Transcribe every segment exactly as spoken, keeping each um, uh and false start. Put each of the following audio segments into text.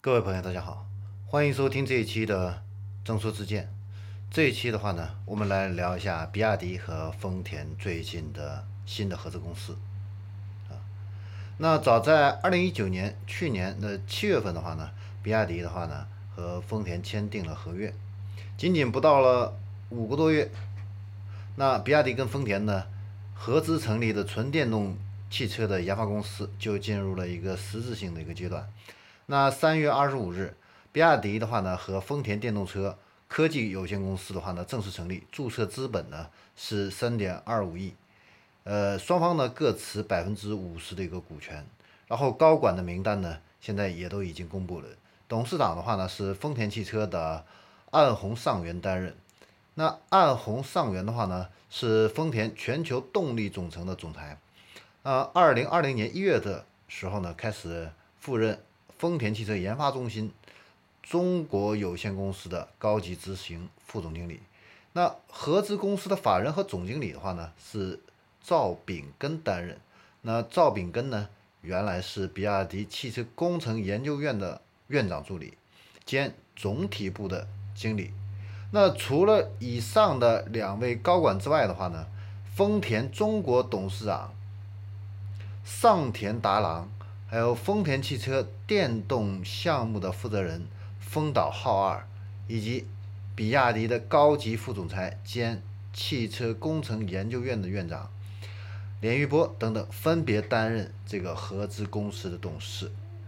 各位朋友，大家好，欢迎收听这一期的正说之见。这一期的话呢，我们来聊一下比亚迪和丰田最近的新的合资公司。那早在二零一九年，去年的七月份的话呢，比亚迪的话呢和丰田签订了合约，仅仅不到了五个多月，那比亚迪跟丰田呢合资成立的纯电动汽车的研发公司就进入了一个实质性的一个阶段。那三月二十五日，比亚迪的话呢和丰田电动车科技有限公司的话呢正式成立，注册资本呢是三点二五亿，呃，双方呢各持百分之五十的一个股权，然后高管的名单呢现在也都已经公布了，董事长的话呢是丰田汽车的岸红尚元担任。那岸红尚元的话呢是丰田全球动力总成的总裁，呃，二零二零年一月的时候呢开始赴任丰田汽车研发中心中国有限公司的高级执行副总经理。那合资公司的法人和总经理的话呢是赵炳根担任。那赵炳根呢原来是比亚迪汽车工程研究院的院长助理兼总体部的经理。那除了以上的两位高管之外的话呢，丰田中国董事长上田达郎，还有丰田汽车电动项目的负责人丰岛浩二，以及比亚迪的高级副总裁兼汽车工程研究院的院长连玉波等等，分别担任这个合资公司的董事。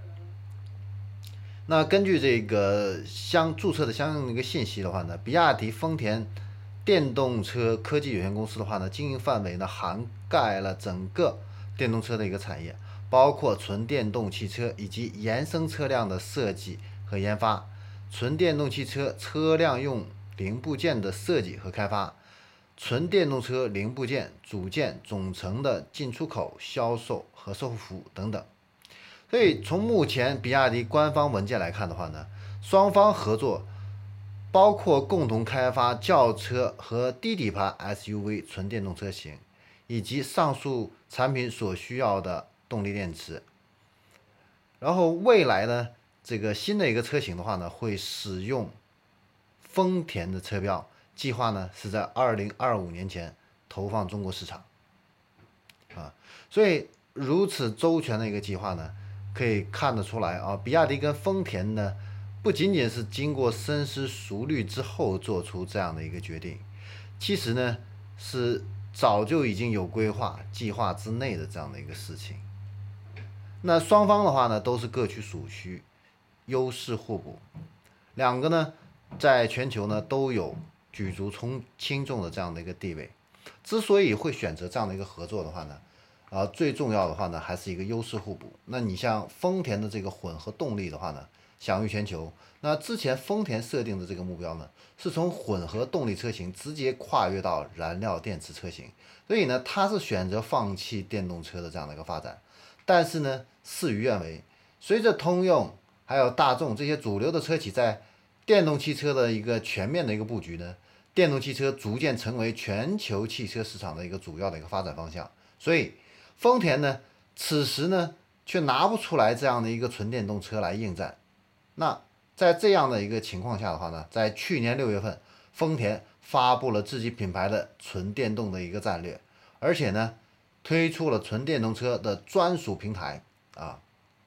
那根据这个相注册的相应的一个信息的话呢，比亚迪丰田电动车科技有限公司的话呢，经营范围呢涵盖了整个电动车的一个产业，包括纯电动汽车以及衍生车辆的设计和研发，纯电动汽车车辆用零部件的设计和开发，纯电动车零部件、组件、总成的进出口、销售和售后服务等等。所以从目前比亚迪官方文件来看的话呢，双方合作包括共同开发轿车和低底盘 S U V 纯电动车型，以及上述产品所需要的动力电池。然后未来呢，这个新的一个车型的话呢，会使用丰田的车标，计划呢是在二零二五年前投放中国市场。啊，所以如此周全的一个计划呢，可以看得出来啊，比亚迪跟丰田呢，不仅仅是经过深思熟虑之后做出这样的一个决定，其实呢是早就已经有规划、计划之内的这样的一个事情。那双方的话呢，都是各取所需，优势互补，两个呢在全球呢都有举足轻轻重的这样的一个地位。之所以会选择这样的一个合作的话呢，啊，最重要的话呢，还是一个优势互补。那你像丰田的这个混合动力的话呢，享誉全球。那之前丰田设定的这个目标呢，是从混合动力车型直接跨越到燃料电池车型，所以呢，它是选择放弃电动车的这样的一个发展。但是呢，事与愿违，随着通用还有大众这些主流的车企在电动汽车的一个全面的一个布局呢，电动汽车逐渐成为全球汽车市场的一个主要的一个发展方向。所以丰田呢，此时呢却拿不出来这样的一个纯电动车来应战。那在这样的一个情况下的话呢，在去年六月份，丰田发布了自己品牌的纯电动的一个战略，而且呢，推出了纯电动车的专属平台啊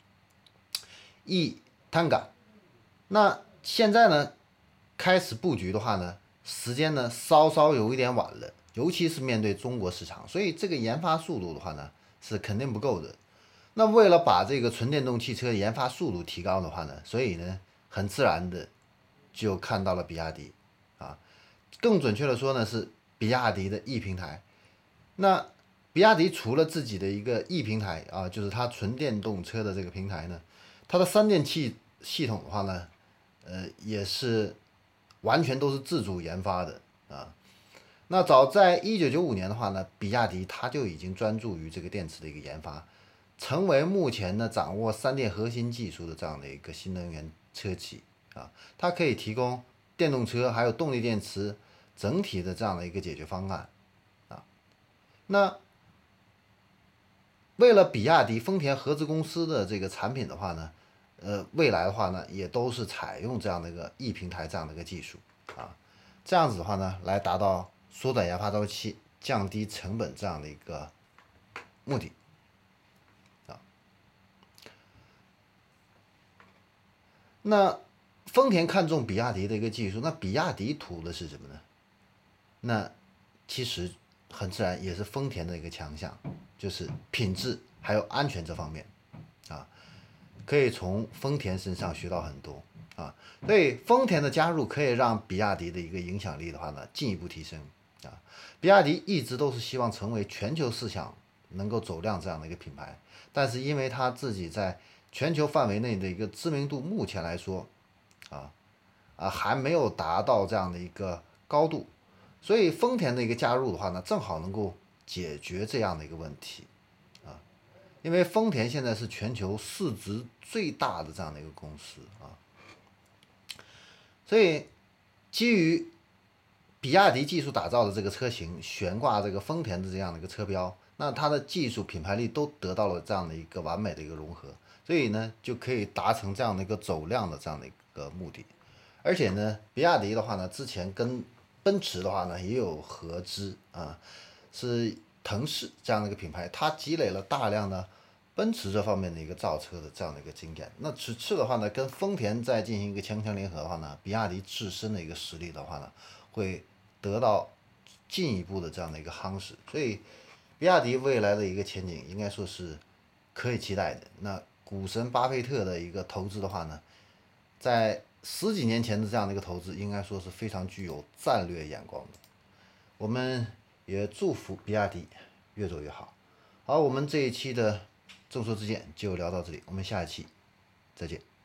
e Tanga。那现在呢，开始布局的话呢，时间呢稍稍有一点晚了，尤其是面对中国市场，所以这个研发速度的话呢，是肯定不够的。那为了把这个纯电动汽车研发速度提高的话呢，所以呢，很自然的就看到了比亚迪啊，更准确的说呢，是比亚迪的 E 平台。那比亚迪除了自己的一个 E 平台啊，就是它纯电动车的这个平台呢，它的三电器系统的话呢，呃，也是完全都是自主研发的啊。那早在一九九五年的话呢，比亚迪它就已经专注于这个电池的一个研发，成为目前呢掌握三电核心技术的这样的一个新能源车企啊，它可以提供电动车还有动力电池整体的这样的一个解决方案啊。那为了比亚迪丰田合资公司的这个产品的话呢， 呃，未来的话呢，也都是采用这样的一个 E 平台这样的一个技术啊，这样子的话呢，来达到缩短研发周期、降低成本这样的一个目的啊。那丰田看中比亚迪的一个技术，那比亚迪图的是什么呢？那其实很自然也是丰田的一个强项，就是品质还有安全这方面啊。可以从丰田身上学到很多啊，所以丰田的加入可以让比亚迪的一个影响力的话呢进一步提升啊。比亚迪一直都是希望成为全球市场能够走量这样的一个品牌，但是因为它自己在全球范围内的一个知名度，目前来说啊啊还没有达到这样的一个高度，所以丰田的一个加入的话呢，正好能够解决这样的一个问题。因为丰田现在是全球市值最大的这样的一个公司啊，所以基于比亚迪技术打造的这个车型，悬挂这个丰田的这样的一个车标，那它的技术品牌力都得到了这样的一个完美的一个融合，所以呢就可以达成这样的一个走量的这样的一个目的。而且呢，比亚迪的话呢，之前跟奔驰的话呢也有合资啊，是腾势这样的一个品牌，它积累了大量的奔驰这方面的一个造车的这样的一个经验。那此次的话呢，跟丰田再进行一个强强联合的话呢，比亚迪自身的一个实力的话呢，会得到进一步的这样的一个夯实。所以，比亚迪未来的一个前景应该说是可以期待的。那股神巴菲特的一个投资的话呢，在十几年前的这样的一个投资，应该说是非常具有战略眼光的。我们也祝福比亚迪越做越好。好，我们这一期的众说之见就聊到这里，我们下一期再见。